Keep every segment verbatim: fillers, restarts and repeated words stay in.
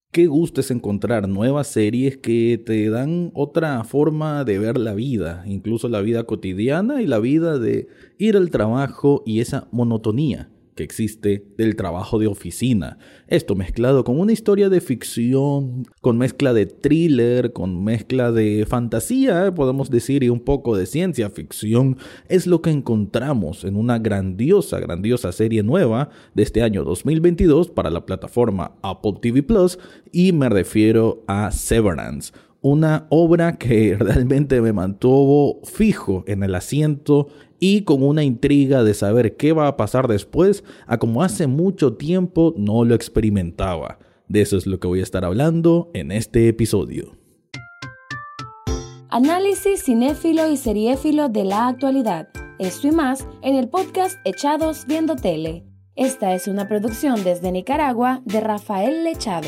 Qué gusto es encontrar nuevas series que te dan otra forma de ver la vida, incluso la vida cotidiana y la vida de ir al trabajo y esa monotonía que existe del trabajo de oficina. Esto mezclado con una historia de ficción, con mezcla de thriller, con mezcla de fantasía, podemos decir, y un poco de ciencia ficción, es lo que encontramos en una grandiosa, grandiosa serie nueva de este año dos mil veintidós para la plataforma Apple T V Plus, y me refiero a Severance. Una obra que realmente me mantuvo fijo en el asiento y con una intriga de saber qué va a pasar después, a como hace mucho tiempo no lo experimentaba. De eso es lo que voy a estar hablando en este episodio. Análisis cinéfilo y seriéfilo de la actualidad. Esto y más en el podcast Echados Viendo Tele. Esta es una producción desde Nicaragua de Rafael Lechado.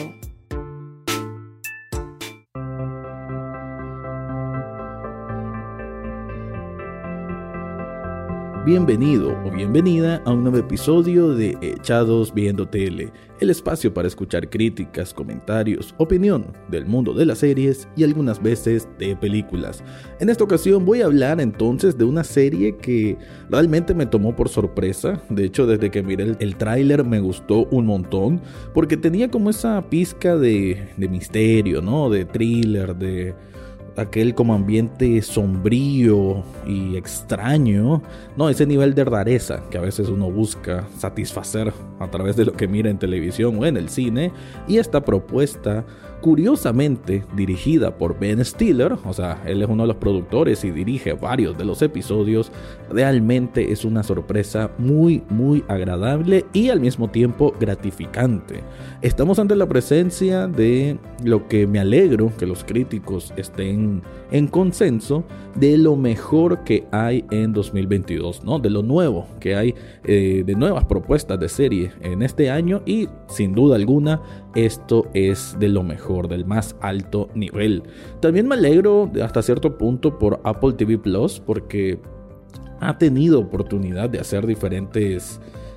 Bienvenido o bienvenida a un nuevo episodio de Echados Viendo Tele, el espacio para escuchar críticas, comentarios, opinión del mundo de las series y algunas veces de películas. En esta ocasión voy a hablar entonces de una serie que realmente me tomó por sorpresa. De hecho, desde que miré el, el tráiler me gustó un montón, porque tenía como esa pizca de, de misterio, ¿no? De thriller, de aquel como ambiente sombrío y extraño, no, ese nivel de rareza que a veces uno busca satisfacer a través de lo que mira en televisión o en el cine. Y esta propuesta, curiosamente dirigida por Ben Stiller, o sea, él es uno de los productores y dirige varios de los episodios, realmente es una sorpresa muy, muy agradable y al mismo tiempo gratificante. Estamos ante la presencia de lo que me alegro que los críticos estén en consenso de lo mejor que hay en dos mil veintidós, ¿no? De lo nuevo que hay, eh, de nuevas propuestas de serie en este año, y sin duda alguna esto es de lo mejor, del más alto nivel. También me alegro hasta cierto punto por Apple T V Plus, porque ha tenido oportunidad de hacer diferentes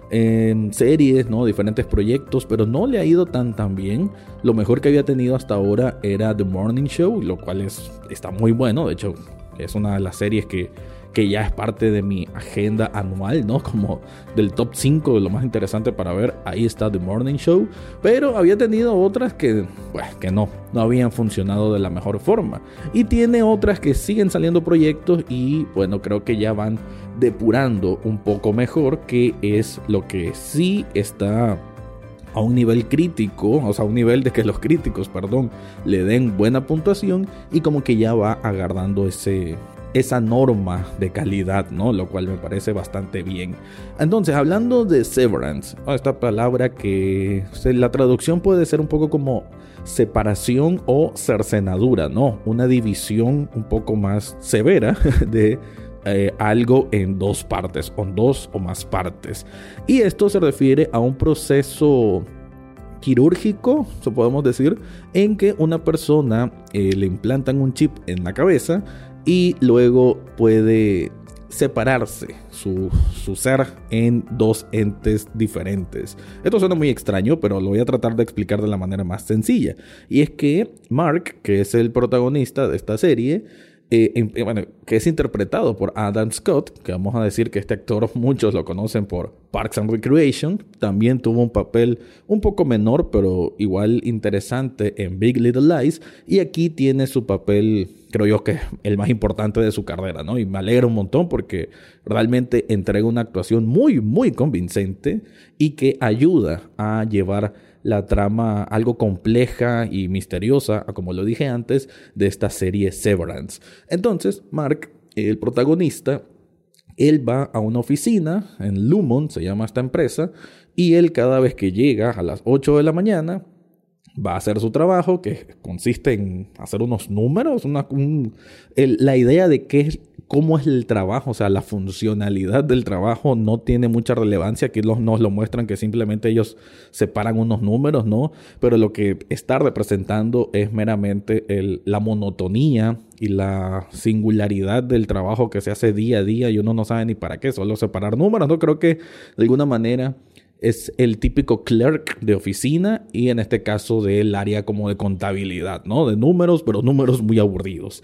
en series, ¿no? Diferentes proyectos, pero no le ha ido tan tan bien. Lo mejor que había tenido hasta ahora era The Morning Show, lo cual es, está muy bueno. De hecho, es una de las series que, que ya es parte de mi agenda anual, ¿no? Como del top cinco de lo más interesante para ver. Ahí está The Morning Show. Pero había tenido otras que, pues, que no, no habían funcionado de la mejor forma. Y tiene otras que siguen saliendo proyectos y, bueno, creo que ya van depurando un poco mejor, que es lo que sí está a un nivel crítico, o sea, a un nivel de que los críticos, perdón, le den buena puntuación, y como que ya va agarrando ese, esa norma de calidad, ¿no? Lo cual me parece bastante bien. Entonces, hablando de Severance, esta palabra que la traducción puede ser un poco como separación o cercenadura, ¿no? Una división un poco más severa de Eh, algo en dos partes, o en dos o más partes. Y esto se refiere a un proceso quirúrgico, se podemos decir, en que una persona eh, le implantan un chip en la cabeza y luego puede separarse su, su ser en dos entes diferentes. Esto suena muy extraño, pero lo voy a tratar de explicar de la manera más sencilla. Y es que Mark, que es el protagonista de esta serie, Eh, eh, bueno, que es interpretado por Adam Scott, que vamos a decir que este actor muchos lo conocen por Parks and Recreation. También tuvo un papel un poco menor, pero igual interesante, en Big Little Lies, y aquí tiene su papel, creo yo, que es el más importante de su carrera, ¿no? Y me alegra un montón porque realmente entrega una actuación muy, muy convincente y que ayuda a llevar la trama algo compleja y misteriosa, como lo dije antes, de esta serie Severance. Entonces, Mark, el protagonista, él va a una oficina en Lumon, se llama esta empresa, y él cada vez que llega a las ocho de la mañana va a hacer su trabajo, que consiste en hacer unos números, una, un, el, la idea de qué es, cómo es el trabajo, o sea, la funcionalidad del trabajo no tiene mucha relevancia. Aquí los, nos lo muestran que simplemente ellos separan unos números, ¿no? Pero lo que está representando es meramente el, la monotonía y la singularidad del trabajo que se hace día a día y uno no sabe ni para qué, solo separar números, ¿no? Creo que de alguna manera es el típico clerk de oficina y en este caso del área como de contabilidad, ¿no? De números, pero números muy aburridos.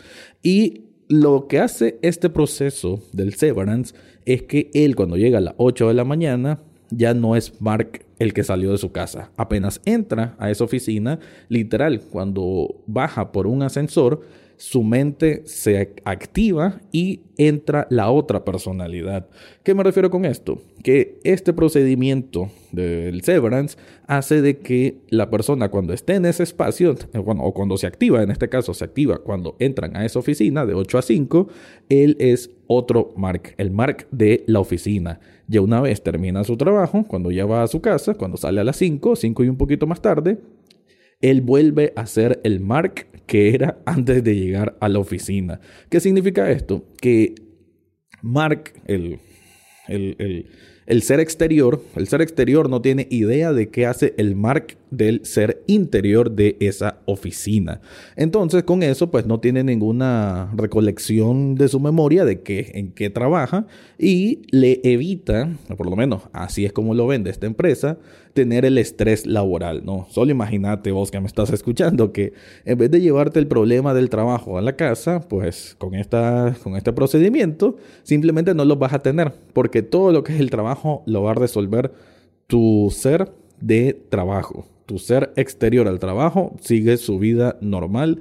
Y lo que hace este proceso del severance es que él, cuando llega a las ocho de la mañana, ya no es Mark el que salió de su casa. Apenas entra a esa oficina, literal, cuando baja por un ascensor, su mente se activa y entra la otra personalidad. ¿Qué me refiero con esto? Que este procedimiento del severance hace de que la persona cuando esté en ese espacio, bueno, o cuando se activa, en este caso se activa cuando entran a esa oficina de ocho a cinco, él es otro Mark, el Mark de la oficina. Ya una vez termina su trabajo, cuando ya va a su casa, cuando sale a las cinco, cinco y un poquito más tarde, él vuelve a ser el Mark que era antes de llegar a la oficina. ¿Qué significa esto? Que Mark, el, el, el, el ser exterior, el ser exterior no tiene idea de qué hace el Mark del ser interior de esa oficina. Entonces, con eso, pues no tiene ninguna recolección de su memoria de qué, en qué trabaja y le evita, por lo menos así es como lo vende esta empresa, tener el estrés laboral, ¿no? Solo imagínate vos que me estás escuchando que en vez de llevarte el problema del trabajo a la casa, pues con, esta, con este procedimiento simplemente no lo vas a tener, porque todo lo que es el trabajo lo va a resolver tu ser de trabajo. Tu ser exterior al trabajo sigue su vida normal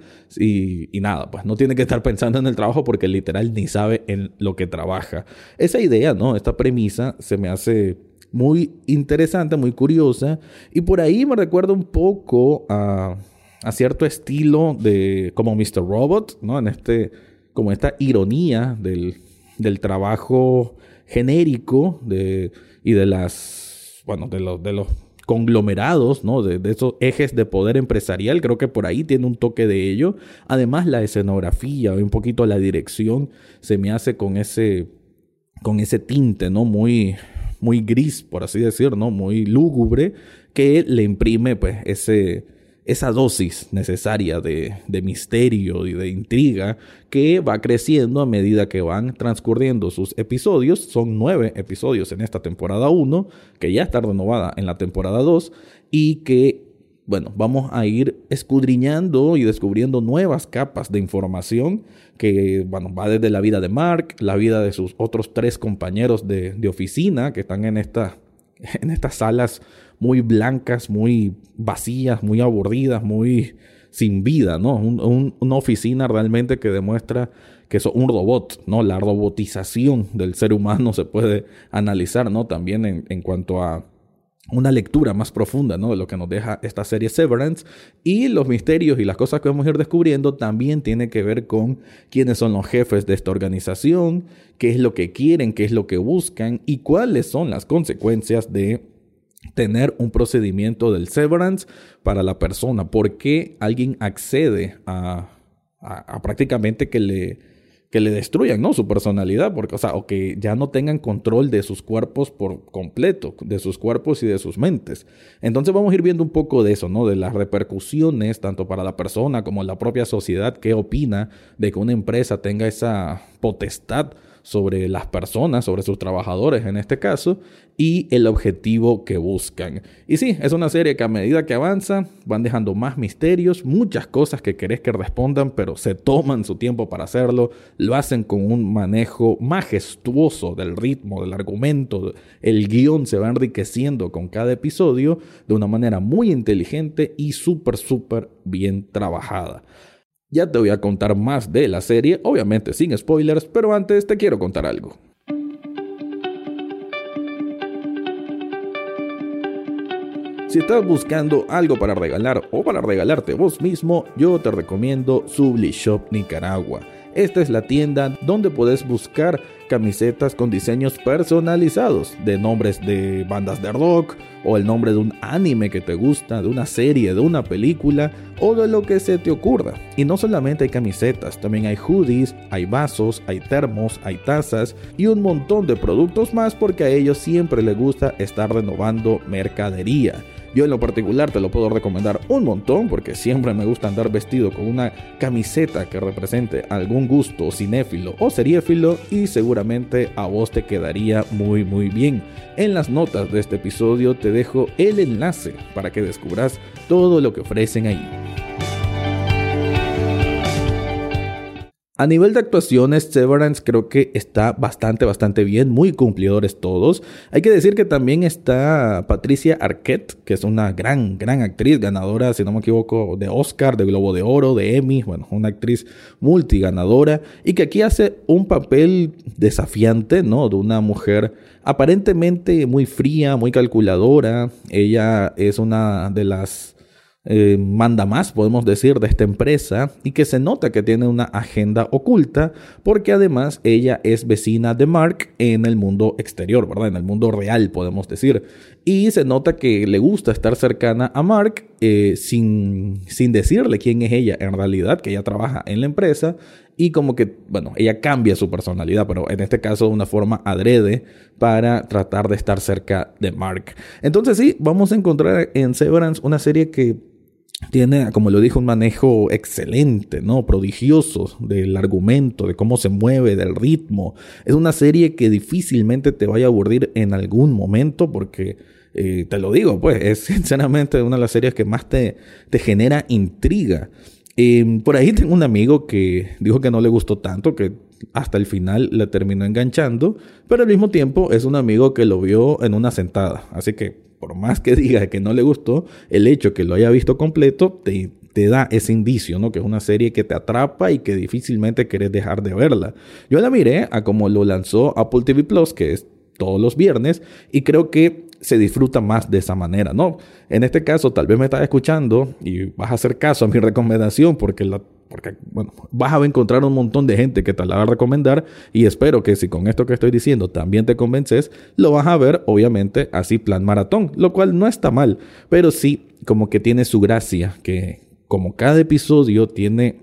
y, y nada, pues no tiene que estar pensando en el trabajo porque literal ni sabe en lo que trabaja. Esa idea, ¿no? Esta premisa se me hace muy interesante, muy curiosa y por ahí me recuerda un poco a, a cierto estilo de como mister Robot, ¿no? En este, como esta ironía del, del trabajo genérico de, y de las, bueno, de los, de los conglomerados, ¿no? De, de esos ejes de poder empresarial. Creo que por ahí tiene un toque de ello. Además, la escenografía y un poquito la dirección se me hace con ese, con ese tinte, ¿no? Muy, muy gris, por así decir, ¿no? Muy lúgubre, que le imprime, pues, ese, esa dosis necesaria de, de misterio y de intriga que va creciendo a medida que van transcurriendo sus episodios. Son nueve episodios en esta temporada uno, que ya está renovada en la temporada dos y que, bueno, vamos a ir escudriñando y descubriendo nuevas capas de información que, bueno, va desde la vida de Mark, la vida de sus otros tres compañeros de, de oficina que están en, esta, en estas salas muy blancas, muy vacías, muy aburridas, muy sin vida, ¿no? Un, un, una oficina realmente que demuestra que es un robot, ¿no? La robotización del ser humano se puede analizar, ¿no? También en, en cuanto a una lectura más profunda, ¿no? De lo que nos deja esta serie Severance, y los misterios y las cosas que vamos a ir descubriendo también tiene que ver con quiénes son los jefes de esta organización, qué es lo que quieren, qué es lo que buscan y cuáles son las consecuencias de tener un procedimiento del severance para la persona. ¿Por qué alguien accede a, a, a prácticamente que le, que le destruyan, ¿no? Su personalidad? Porque, o sea, o que ya no tengan control de sus cuerpos por completo, de sus cuerpos y de sus mentes. Entonces vamos a ir viendo un poco de eso, ¿no? De las repercusiones, tanto para la persona como la propia sociedad, qué opina de que una empresa tenga esa potestad sobre las personas, sobre sus trabajadores en este caso, y el objetivo que buscan. Y sí, es una serie que a medida que avanza van dejando más misterios, muchas cosas que querés que respondan, pero se toman su tiempo para hacerlo, lo hacen con un manejo majestuoso del ritmo, del argumento, el guión se va enriqueciendo con cada episodio de una manera muy inteligente y súper, súper bien trabajada. Ya te voy a contar más de la serie, obviamente sin spoilers, pero antes te quiero contar algo. Si estás buscando algo para regalar o para regalarte vos mismo, yo te recomiendo Sublishop Nicaragua. Esta es la tienda donde puedes buscar camisetas con diseños personalizados de nombres de bandas de rock o el nombre de un anime que te gusta, de una serie, de una película o de lo que se te ocurra. Y no solamente hay camisetas, también hay hoodies, hay vasos, hay termos, hay tazas y un montón de productos más porque a ellos siempre les gusta estar renovando mercadería. Yo en lo particular te lo puedo recomendar un montón porque siempre me gusta andar vestido con una camiseta que represente algún gusto cinéfilo o seriéfilo y seguramente a vos te quedaría muy muy bien. En las notas de este episodio te dejo el enlace para que descubras todo lo que ofrecen ahí. A nivel de actuaciones, Severance creo que está bastante, bastante bien, muy cumplidores todos. Hay que decir que también está Patricia Arquette, que es una gran, gran actriz, ganadora, si no me equivoco, de Oscar, de Globo de Oro, de Emmy, bueno, una actriz multiganadora, y que aquí hace un papel desafiante, ¿no? De una mujer aparentemente muy fría, muy calculadora. Ella es una de las... Eh, manda más, podemos decir, de esta empresa y que se nota que tiene una agenda oculta porque además ella es vecina de Mark en el mundo exterior, ¿verdad? En el mundo real, podemos decir. Y se nota que le gusta estar cercana a Mark eh, sin, sin decirle quién es ella en realidad, que ella trabaja en la empresa y como que, bueno, ella cambia su personalidad, pero en este caso de una forma adrede para tratar de estar cerca de Mark. Entonces sí, vamos a encontrar en Severance una serie que tiene, como lo dijo, un manejo excelente, ¿no? Prodigioso del argumento, de cómo se mueve, del ritmo. Es una serie que difícilmente te vaya a aburrir en algún momento porque, eh, te lo digo, pues, es sinceramente una de las series que más te, te genera intriga. Eh, por ahí tengo un amigo que dijo que no le gustó tanto, que hasta el final le terminó enganchando, pero al mismo tiempo es un amigo que lo vio en una sentada. Así que por más que diga que no le gustó, el hecho que lo haya visto completo te, te da ese indicio, ¿no? Que es una serie que te atrapa y que difícilmente querés dejar de verla. Yo la miré a como lo lanzó Apple T V Plus, que es todos los viernes, y creo que se disfruta más de esa manera, ¿no? En este caso, tal vez me estás escuchando y vas a hacer caso a mi recomendación porque la Porque, bueno, vas a encontrar un montón de gente que te la va a recomendar y espero que si con esto que estoy diciendo también te convences, lo vas a ver, obviamente, así plan maratón, lo cual no está mal, pero sí como que tiene su gracia, que como cada episodio tiene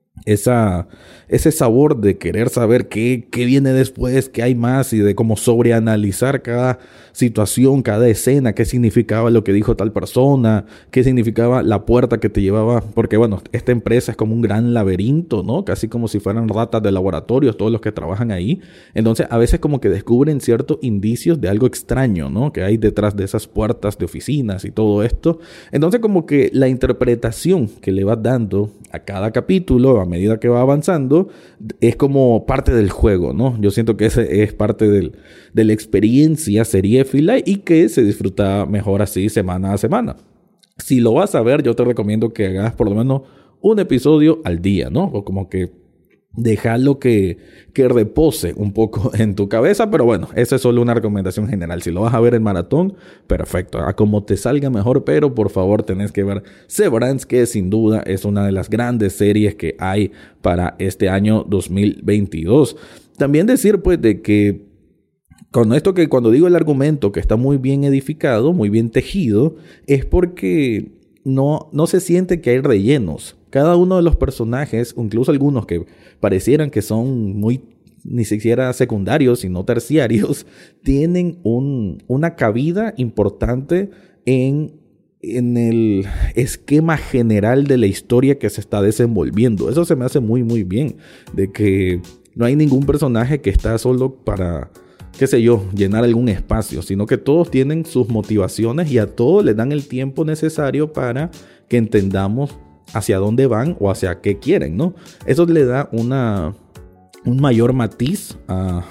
esa, ese sabor de querer saber qué, qué viene después, qué hay más y de cómo sobreanalizar cada situación, cada escena, qué significaba lo que dijo tal persona, qué significaba la puerta que te llevaba, porque bueno, esta empresa es como un gran laberinto, ¿no? Casi como si fueran ratas de laboratorios, todos los que trabajan ahí. Entonces a veces como que descubren ciertos indicios de algo extraño, ¿no? Que hay detrás de esas puertas de oficinas y todo esto. Entonces como que la interpretación que le vas dando a cada capítulo, a medida que va avanzando, es como parte del juego, ¿no? Yo siento que ese es parte del, de la experiencia seriéfila y que se disfruta mejor así semana a semana. Si lo vas a ver, yo te recomiendo que hagas por lo menos un episodio al día, ¿no? O como que dejarlo que, que repose un poco en tu cabeza, pero bueno, esa es solo una recomendación general. Si lo vas a ver en maratón, perfecto, a como te salga mejor, pero por favor tenés que ver Severance, que sin duda es una de las grandes series que hay para este año dos mil veintidós. También decir pues de que con esto que cuando digo el argumento que está muy bien edificado, muy bien tejido, es porque no, no se siente que hay rellenos. Cada uno de los personajes, incluso algunos que parecieran que son muy ni siquiera secundarios, sino terciarios, tienen un, una cabida importante en, en el esquema general de la historia que se está desenvolviendo. Eso se me hace muy, muy bien, de que no hay ningún personaje que está solo para, qué sé yo, llenar algún espacio, sino que todos tienen sus motivaciones y a todos les dan el tiempo necesario para que entendamos hacia dónde van o hacia qué quieren, ¿no? Eso le da una, un mayor matiz a,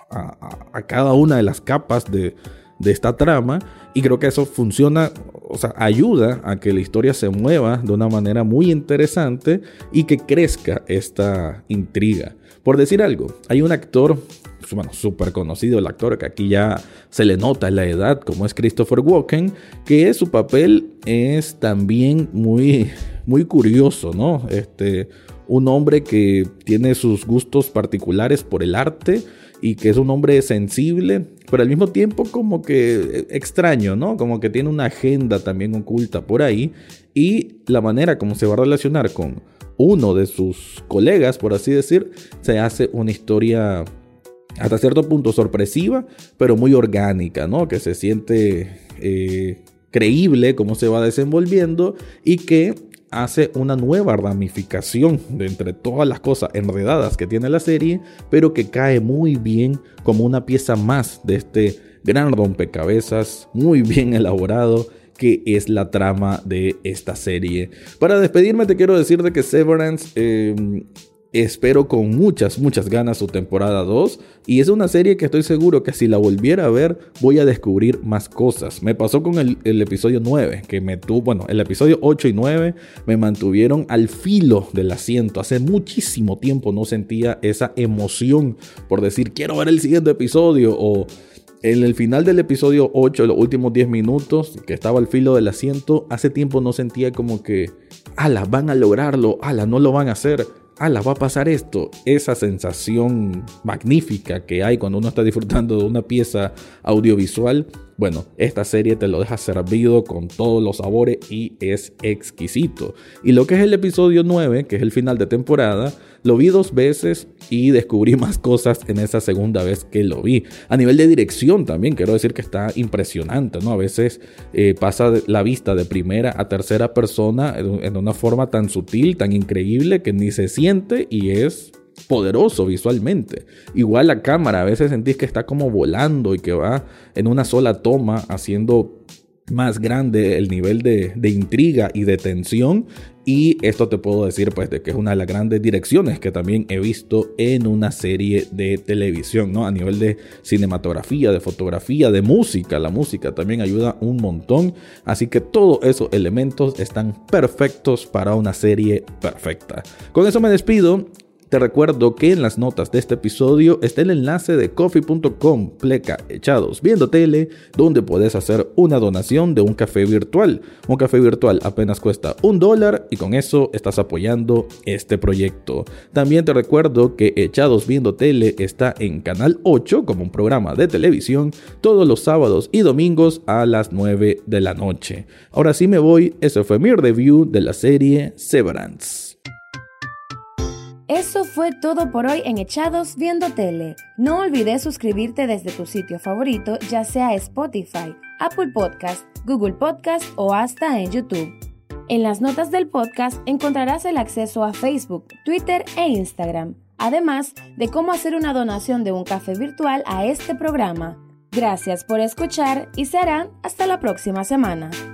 a, a cada una de las capas de, de esta trama y creo que eso funciona, o sea, ayuda a que la historia se mueva de una manera muy interesante y que crezca esta intriga. Por decir algo, hay un actor, bueno, súper conocido, el actor que aquí ya se le nota la edad, como es Christopher Walken, que su papel es también muy, muy curioso, ¿no? Este, un hombre que tiene sus gustos particulares por el arte y que es un hombre sensible, pero al mismo tiempo como que extraño, ¿no? Como que tiene una agenda también oculta por ahí y la manera como se va a relacionar con uno de sus colegas, por así decir, se hace una historia hasta cierto punto sorpresiva, pero muy orgánica, ¿no? Que se siente, eh, creíble cómo se va desenvolviendo y que hace una nueva ramificación de entre todas las cosas enredadas que tiene la serie, pero que cae muy bien como una pieza más de este gran rompecabezas muy bien elaborado que es la trama de esta serie. Para despedirme te quiero decir de que Severance eh, espero con muchas, muchas ganas su temporada dos, y es una serie que estoy seguro que si la volviera a ver voy a descubrir más cosas. Me pasó con el, el episodio nueve, que me tuvo, bueno, el episodio ocho y nueve me mantuvieron al filo del asiento. Hace muchísimo tiempo no sentía esa emoción por decir quiero ver el siguiente episodio, o en el final del episodio ocho, los últimos diez minutos, que estaba al filo del asiento, hace tiempo no sentía como que ala, van a lograrlo, ala, no lo van a hacer, ala, va a pasar esto. Esa sensación magnífica que hay cuando uno está disfrutando de una pieza audiovisual, bueno, esta serie te lo deja servido con todos los sabores y es exquisito. Y lo que es el episodio nueve, que es el final de temporada, lo vi dos veces y descubrí más cosas en esa segunda vez que lo vi. A nivel de dirección también, quiero decir que está impresionante, ¿no? A veces eh, pasa la vista de primera a tercera persona en, en una forma tan sutil, tan increíble que ni se siente y es poderoso visualmente. Igual la cámara, a veces sentís que está como volando y que va en una sola toma haciendo más grande el nivel de, de intriga y de tensión. Y esto te puedo decir pues de que es una de las grandes direcciones que también he visto en una serie de televisión, ¿no? A nivel de cinematografía, de fotografía, de música. La música también ayuda un montón. Así que todos esos elementos están perfectos para una serie perfecta. Con eso me despido. Te recuerdo que en las notas de este episodio está el enlace de coffee punto com pleca echados viendo tele, donde puedes hacer una donación de un café virtual. Un café virtual apenas cuesta un dólar y con eso estás apoyando este proyecto. También te recuerdo que Echados Viendo Tele está en Canal ocho como un programa de televisión todos los sábados y domingos a las nueve de la noche. Ahora sí me voy, ese fue mi review de la serie Severance. Eso fue todo por hoy en Echados Viendo Tele. No olvides suscribirte desde tu sitio favorito, ya sea Spotify, Apple Podcast, Google Podcast o hasta en YouTube. En las notas del podcast encontrarás el acceso a Facebook, Twitter e Instagram, además de cómo hacer una donación de un café virtual a este programa. Gracias por escuchar y será hasta la próxima semana.